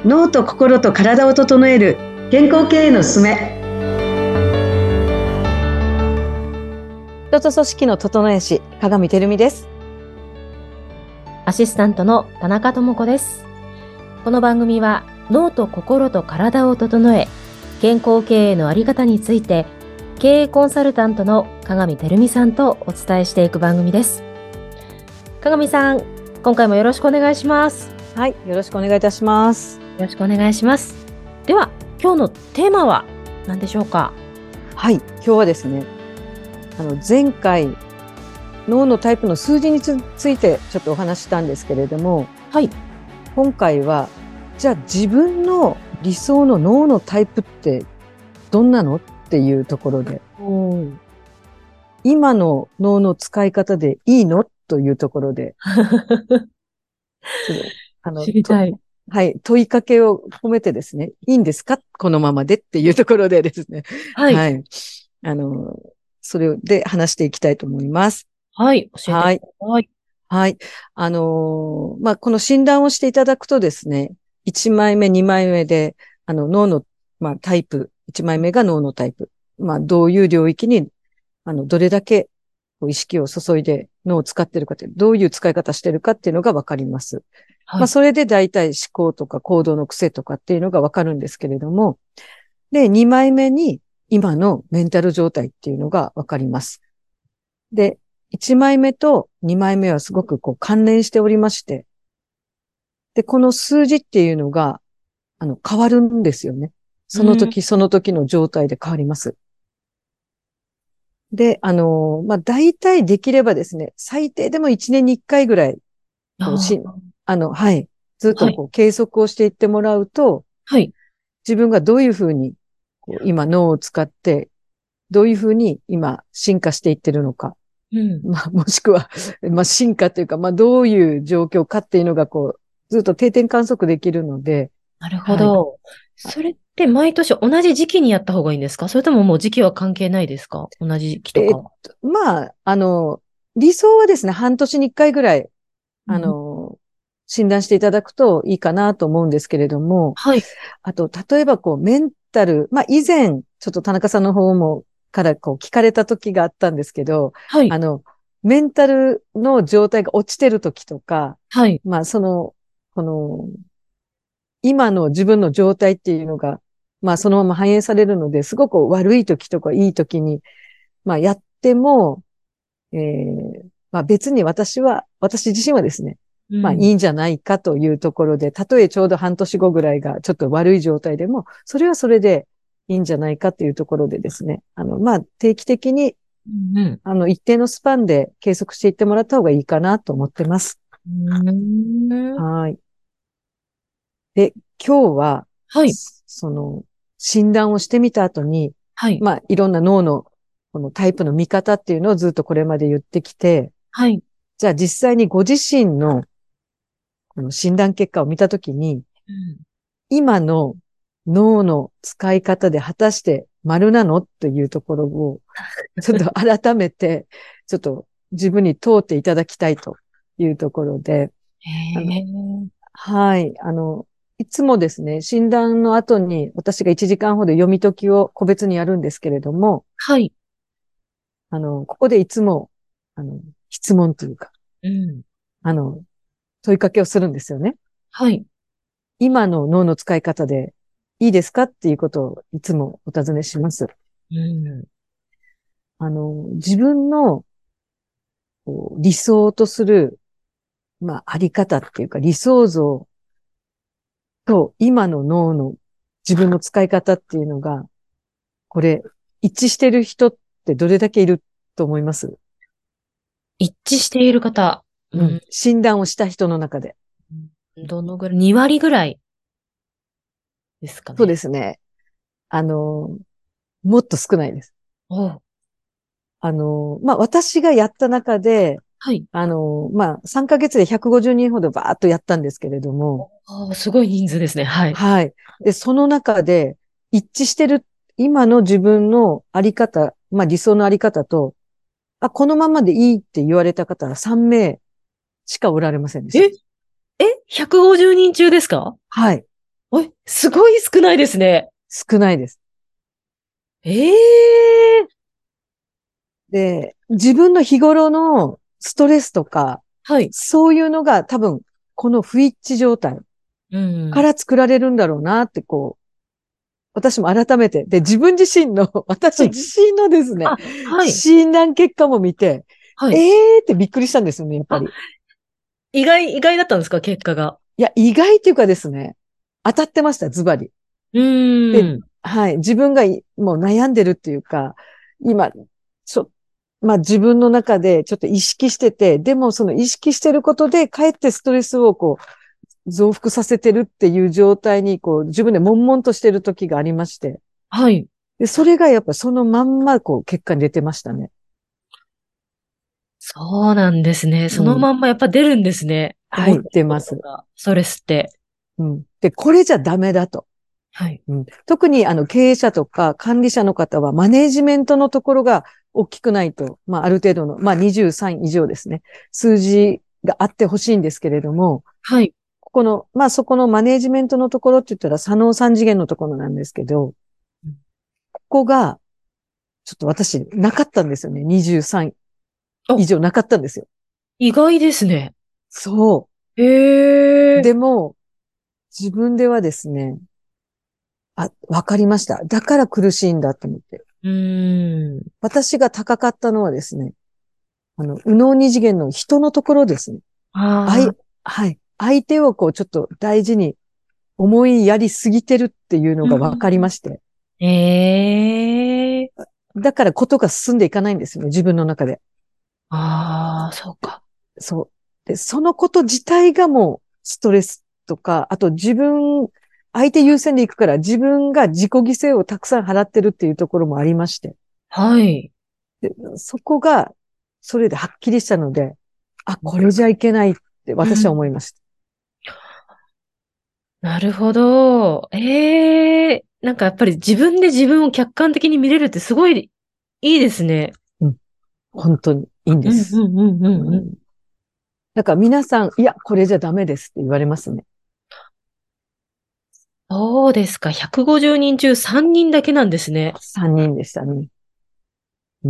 脳と心と体を整える健康経営のすすめ。人と組織の整え師、鏡てるみです。 アシスタントの田中智子です。この番組は脳と心と体を整え、健康経営のあり方について経営コンサルタントの鏡てるみさんとお伝えしていく番組です。鏡さん、今回もよろしくお願いします。 はい、よろしくお願いいたします。 よろしくお願いします。では、今日のテーマは何でしょうか？ はい、今日はですね、前回脳のタイプの数字についてちょっとお話ししたんですけれども、 はい。 今回はじゃあ自分の理想の脳のタイプってどんなのっていうところで、今の脳の使い方でいいのというところで、ちょっと知りたい。 はい、問いかけを込めてですね、いいんですかこのままでっていうところでですね、 はい。 はい、それで話していきたいと思います。 はい。教えてください。 はい。この診断をしていただくとですね、1枚目、2枚目で、脳の、タイプ、1枚目が脳のタイプ。どういう領域に、どれだけ意識を注いで脳を使っているかって、どういう使い方しているかっていうのがわかります。 はい。 それで大体思考とか行動の癖とかっていうのがわかるんですけれども、で、2枚目に今のメンタル状態っていうのがわかります。で、1枚目と2枚目はすごく関連しておりまして、で、この数字っていうのが、変わるんですよね。その時その時の状態で変わります。で、大体できればですね、最低でも1年に1回ぐらい、はい、ずっと計測をしていってもらうと、 はい。 自分がどういうふうに、今脳を使って、どういうふうに今進化していってるのか。もしくは、進化というか、どういう状況かっていうのが、ずっと定点観測できるので。 なるほど。それって毎年同じ時期にやった方がいいんですか？それとももう時期は関係ないですか？同じ時期とかは。 理想はですね、半年に1回ぐらい、診断していただくといいかなと思うんですけれども、 はい。 あと、例えばメンタル、以前、ちょっと田中さんの方も、から聞かれた時があったんですけど、 はい。 メンタルの状態が落ちてる時とか、 はい。 この、今の自分の状態っていうのが、そのまま反映されるので、すごく悪い時とかいい時に、やっても、別に私自身はですね、いいんじゃないかというところで、たとえちょうど半年後ぐらいがちょっと悪い状態でも、それはそれでいいんじゃないかというところでですね、定期的に、一定のスパンで計測していってもらった方がいいかなと思ってます。はい。で、今日は、 はい。 診断をしてみた後に、 はい。 いろんな脳の、このタイプの見方っていうのをずっとこれまで言ってきて、 はい。 じゃあ実際にご自身のこの診断結果を見たときに、今の脳の使い方で果たして丸なのっていうところを、ちょっと改めて、ちょっと自分に問うていただきたいというところで、はい。いつもですね、診断の後に私が1時間ほど読み解きを個別にやるんですけれども、 はい。 ここでいつも、質問というか、問いかけをするんですよね。 はい。 今の脳の使い方でいいですかっていうことをいつもお尋ねします。自分の理想とする、あり方っていうか理想像と今の脳の自分の使い方っていうのが、これ、一致してる人ってどれだけいると思います？ 一致している方。 診断をした人の中で。 どのぐらい？ 2 割ぐらいですかそうでね。 すね。もっと少ないです。私がやった中で、 はい。 3ヶ月で150人ほどバーっとやったんですけれども、 すごい人数ですね。はい。 はい。で、その中で一致してる、今の自分のあり方、理想のあり方と、このままでいいって言われた方は3名しかおられませんでした。 150人中ですか？ はい。 すごい少ないですね。 少ないです。 ええ。 で、自分の日頃のストレスとか、 はい。 そういうのが多分、この不一致状態うん。 から作られるんだろうなって、私も改めて、で、自分自身の、私はい。 自身のですね、 あ、はい。 診断結果も見て、 はい。 ってびっくりしたんですよね、やっぱあ、 り。 意外だったんですか、結果が。 いや、意外っていうかですね、当たってました、ズバリ。 うーで、 ん。 はい、自分がもう悩んでるっていうか、今、ちょ、まあ自分の中でちょっと意識してて、でもその意識してることで、かえってストレスを増幅させてるっていう状態に、自分で悶々としてる時がありまして。 はい。 で、それがやっぱそのまんま、結果に出てましたね。 そうなんですね。そうん。 のまんまやっぱ出るんですね。 はい、 思ってる出ます。 こととか、ストレスって。 うん。で、これじゃダメだと。 はい。 うん。特に、経営者とか管理者の方は、マネージメントのところが大きくないと、まあ、ある程度の、まあ、23以上ですね。数字があってほしいんですけれども、 はい。 ここの、まあ、そこのマネージメントのところって言ったら、左脳三次元のところなんですけど、ここが、ちょっと私、なかったんですよね。23以お、 上なかったんですよ。 意外ですね。 そへう。 え。 でも、自分ではですね、わかりました。だから苦しいんだと思って。 うーん。 私が高かったのはですね、右脳二次元の人のところですね。 あはい。相手をちょっと大事に思いやりすぎてるっていうのあ。うが分かりまん。 して。 ええ。 だからことが進んでいかないんですよね、自分の中で。 ああ、そうか。 そう。で、そのこと自体がもうストレスとか、あと相手優先でいくから自分が自己犠牲をたくさん払ってるっていうところもありまして。 はい。 で、そこが、それではっきりしたので、これじゃいけないって私は思いうん。 ました。 なるほど。なんかやっぱり自分で自分を客観的に見れるってすごいいいですね。 うん。本当にいいんでうんうす。 んうんうんうん。 うん。だから皆さん、いや、これじゃダメですって言われますね。 そうですか。150人中3人だけなんですね。 3人でしたね。うん。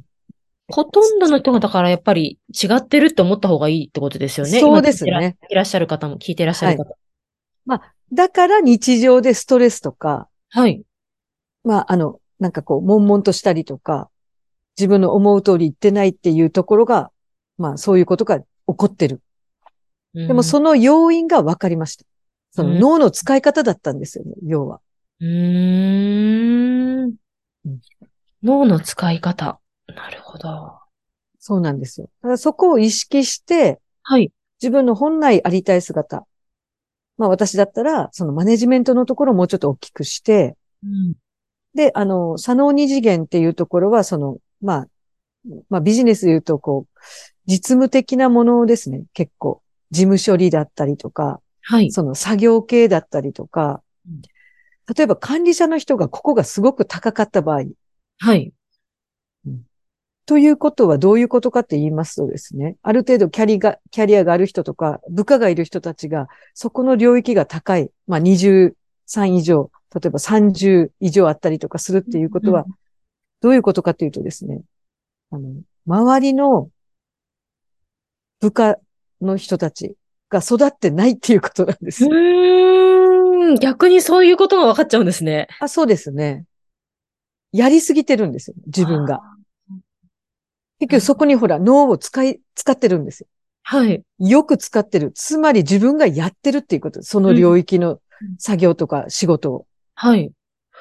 ほとんどの人がだからやっぱり違ってるって思った方がいいってことですよね。今そうですね。 いらっしゃる方も、聞いていらっしゃはい。 る方。 まあ、だから日常でストレスとか、 はい。 まあ、なんか悶々としたりとか、自分の思う通り言ってないっていうところが、まあ、そういうことが起こってる。でも、 うん。 その要因が分かりました。そのうん。 脳の使い方だったんですよね、要は。 うーん。 うん。 脳の使い方。なるほど。 そうなんですよ。だからそこを意識して、 はい。 自分の本来ありたい姿。まあ私だったら、そのマネジメントのところをもうちょっと大きくして、 うん。 で、左脳二次元っていうところは、まあビジネスで言うと、実務的なものですね。結構。事務処理だったりとか、 はい。 その作業系だったりとか、 うん。 例えば管理者の人がここがすごく高かった場合、 はい。 うん。ということはどういうことかって言いますとですね、ある程度キャリアがある人とか、部下がいる人たちが、そこの領域が高い、まあ23以上、例えば30以上あったりとかするっていうことは、 うん。 どういうことかというとですね、周りの部下の人たちが育ってないっていうことなんでうす。 ーん。逆にそういうことが分かっちゃうんですね。 そうですね。やりすぎてるんですよ、自分が。 あ結あ、なるほど。 局そこにほら脳を使ってるんですよ。 はい。 よく使ってる。つまり自分がやってるっていうこと。そのうん。 領域の作業とか仕事を。 はい。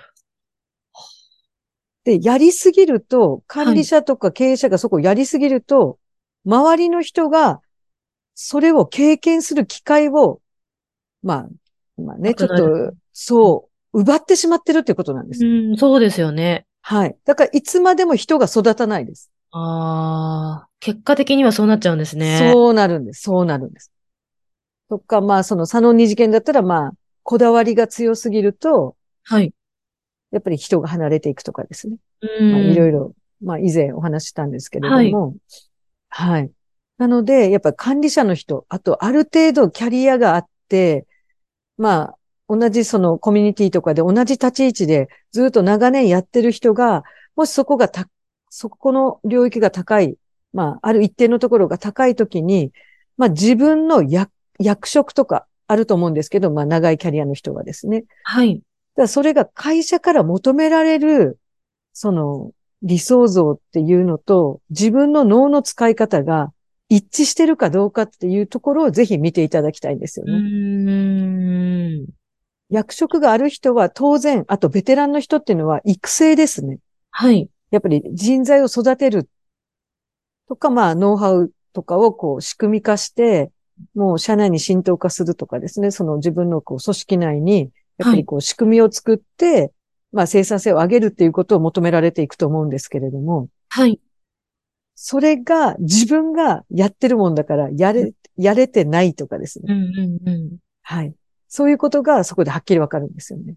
で、やりすぎると、管はい。 理者とか経営者がそこをやりすぎると、周りの人がそれを経験する機会を、ままあね、ちょっなくなる。 と、そう、奪ってしまってるっていうことなんです。 うん、そうですよね。 はい。だからいつまでも人が育たないです。 ああ、結果的にはそうなっちゃうんですね。 そうなるんです。そうなるんです。とか、まあ、その左脳二次元だったら、まあ、こだわりが強すぎると、 はい。 やっぱり人が離れていくとかですね。 うまあ、いろいん。 ろ、まあ、以前お話ししたんですけれはい。 ども、はい。なので、やっぱり管理者の人、あと、ある程度キャリアがあって、まあ、 同じそのコミュニティとかで同じ立ち位置でずっと長年やってる人が、もしそこの領域が高い、ある一定のところが高いときに、自分の役職とかあると思うんですけど、長いキャリアの人はですね。 はい。 だからそれが会社から求められる、その理想像っていうのと、自分の脳の使い方が一致してるかどうかっていうところをぜひ見ていただきたいんですよね。役職がある人は当然、あとベテランの人っていうのは育成ですね。 はい。 やっぱり人材を育てるとか、ノウハウとかをこう仕組み化して、もう社内に浸透化するとかですね、その自分のこう組織内に、やっぱりこう仕組みを作って、生産性を上げるっていうことを求められていくと思うんですけれども、 はい。 それが自分がやってるもんだから、やれてないとかですね。はい。そういうことがそこではっきりわかるんですよね。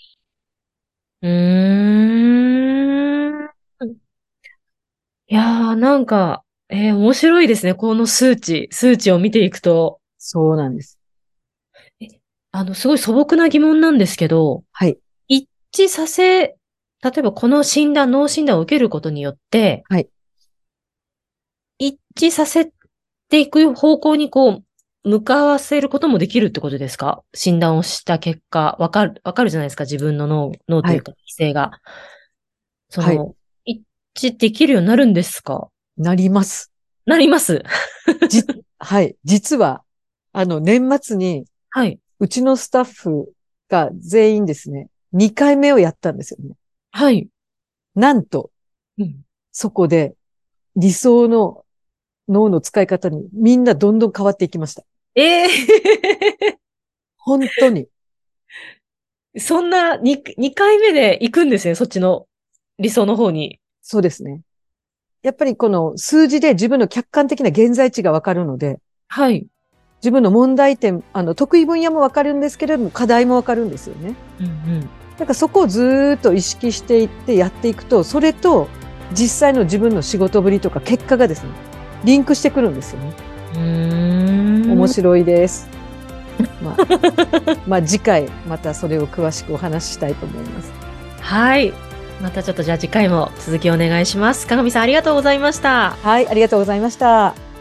いやー、なんか、面白いですね。この数値を見ていくと。 そうなんです。 すごい素朴な疑問なんですけど、 はい。 一致させ、例えばこの脳診断を受けることによって、 はい。 一致させていく方向に向かわせることもできるってことですか？診断をした結果、わかるじゃないですか、自分の脳というか、規制が。 はい。 一致できるようになるんですか？ なります。 なります。 はい。実は、年末に、 はい。 うちのスタッフが全員ですね、2回目をやったんですよね。 はい。 なんと、そこで理想の脳の使い方にみんなどんどん変わっていきました。 ええ本当に。 そんな2回目で行くんですね、そっちの理想の方に。 そうですね。やっぱりこの数字で自分の客観的な現在地がわかるので、 はい。 自分の問題点、得意分野もわかるんですけれども、課題もわかるんですよね。だからそこをずーっと意識していってやっていくと、それと実際の自分の仕事ぶりとか結果がですね、リンクしてくるんですよね。面白いです。次回またそれを詳しくお話ししたいと思います。 はい。またちょっとじゃあ次回も続きお願いします。鏡さんありがとうございました。 はい、ありがとうございました。